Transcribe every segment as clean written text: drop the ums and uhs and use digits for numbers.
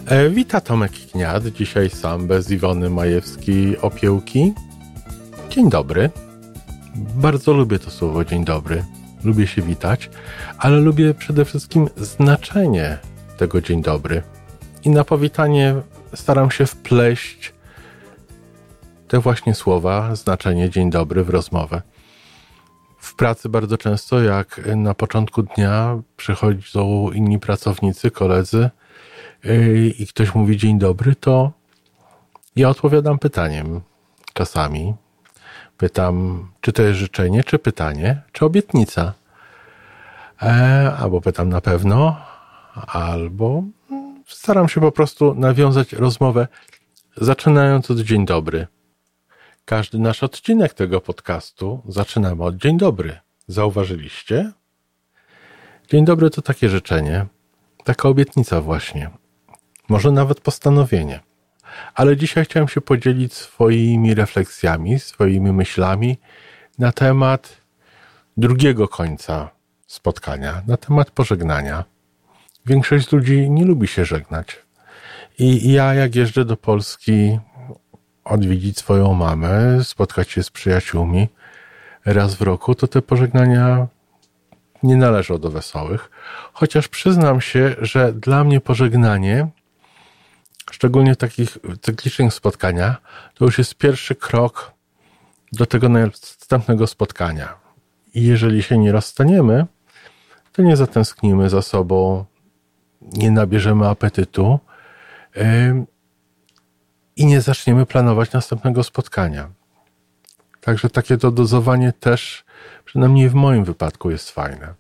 Wita Tomek Kniat, dzisiaj sam, bez Iwony Majewskiej-Opiełki. Dzień dobry. Bardzo lubię to słowo dzień dobry. Lubię się witać, ale lubię przede wszystkim znaczenie tego dzień dobry. I na powitanie staram się wpleść te właśnie słowa, znaczenie dzień dobry w rozmowę. W pracy bardzo często, jak na początku dnia przychodzą inni pracownicy, koledzy i ktoś mówi dzień dobry, to ja odpowiadam pytaniem czasami. Pytam, czy to jest życzenie, czy pytanie, czy obietnica. Albo pytam na pewno, albo staram się po prostu nawiązać rozmowę, zaczynając od dzień dobry. Każdy nasz odcinek tego podcastu zaczynamy od dzień dobry. Zauważyliście? Dzień dobry to takie życzenie, taka obietnica właśnie. Może nawet postanowienie. Ale dzisiaj chciałem się podzielić swoimi refleksjami, swoimi myślami na temat drugiego końca spotkania, na temat pożegnania. Większość ludzi nie lubi się żegnać. I ja, jak jeżdżę do Polski odwiedzić swoją mamę, spotkać się z przyjaciółmi raz w roku, to te pożegnania nie należą do wesołych. Chociaż przyznam się, że dla mnie pożegnanie, szczególnie w takich cyklicznych spotkaniach, to już jest pierwszy krok do tego następnego spotkania. I jeżeli się nie rozstaniemy, to nie zatęsknimy za sobą, nie nabierzemy apetytu i nie zaczniemy planować następnego spotkania. Także takie to dozowanie też, przynajmniej w moim wypadku, jest fajne.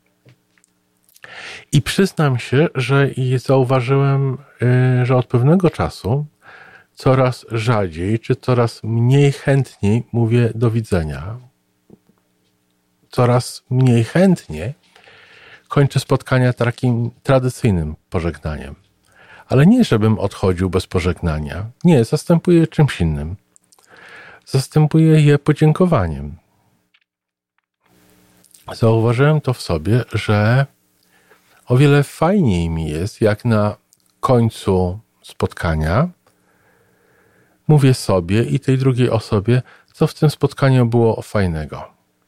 I przyznam się, że zauważyłem, że od pewnego czasu coraz rzadziej, czy coraz mniej chętniej mówię do widzenia. Coraz mniej chętnie kończę spotkania takim tradycyjnym pożegnaniem. Ale nie, żebym odchodził bez pożegnania. Nie, zastępuję je czymś innym. Zastępuję je podziękowaniem. Zauważyłem to w sobie, że o wiele fajniej mi jest, jak na końcu spotkania mówię sobie i tej drugiej osobie, co w tym spotkaniu było fajnego.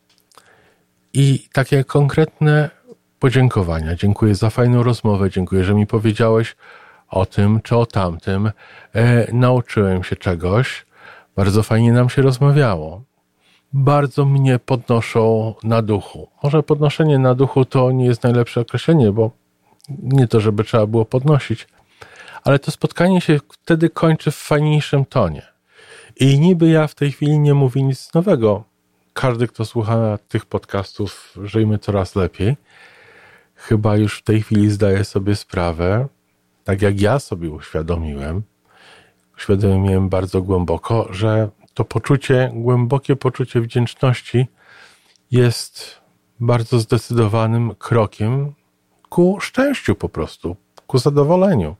I takie konkretne podziękowania. Dziękuję za fajną rozmowę, dziękuję, że mi powiedziałeś o tym czy o tamtym. Nauczyłem się czegoś. Bardzo fajnie nam się rozmawiało. Bardzo mnie podnoszą na duchu. Może podnoszenie na duchu to nie jest najlepsze określenie, bo nie to, żeby trzeba było podnosić, ale to spotkanie się wtedy kończy w fajniejszym tonie. I niby ja w tej chwili nie mówię nic nowego. Każdy, kto słucha tych podcastów, żyjmy coraz lepiej, chyba już w tej chwili zdaje sobie sprawę, tak jak ja sobie uświadomiłem bardzo głęboko, że to głębokie poczucie wdzięczności jest bardzo zdecydowanym krokiem ku szczęściu po prostu, ku zadowoleniu.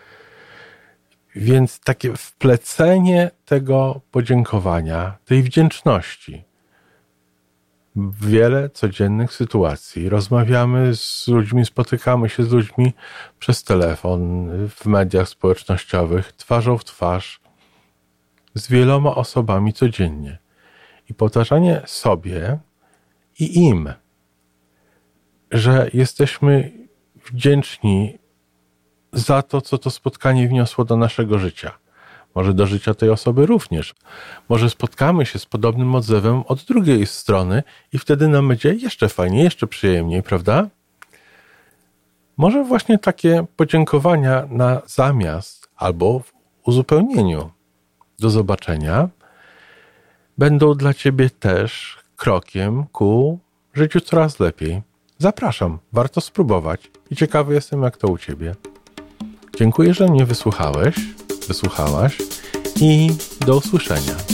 Więc takie wplecenie tego podziękowania, tej wdzięczności w wiele codziennych sytuacji. Rozmawiamy z ludźmi, spotykamy się z ludźmi przez telefon, w mediach społecznościowych, twarzą w twarz, z wieloma osobami codziennie. I powtarzanie sobie i im, że jesteśmy wdzięczni za to, co to spotkanie wniosło do naszego życia. Może do życia tej osoby również. Może spotkamy się z podobnym odzewem od drugiej strony i wtedy nam będzie jeszcze fajniej, jeszcze przyjemniej, prawda? Może właśnie takie podziękowania na zamiast albo w uzupełnieniu do zobaczenia będą dla Ciebie też krokiem ku życiu coraz lepiej. Zapraszam, warto spróbować i ciekawy jestem, jak to u Ciebie. Dziękuję, że mnie wysłuchałaś i do usłyszenia.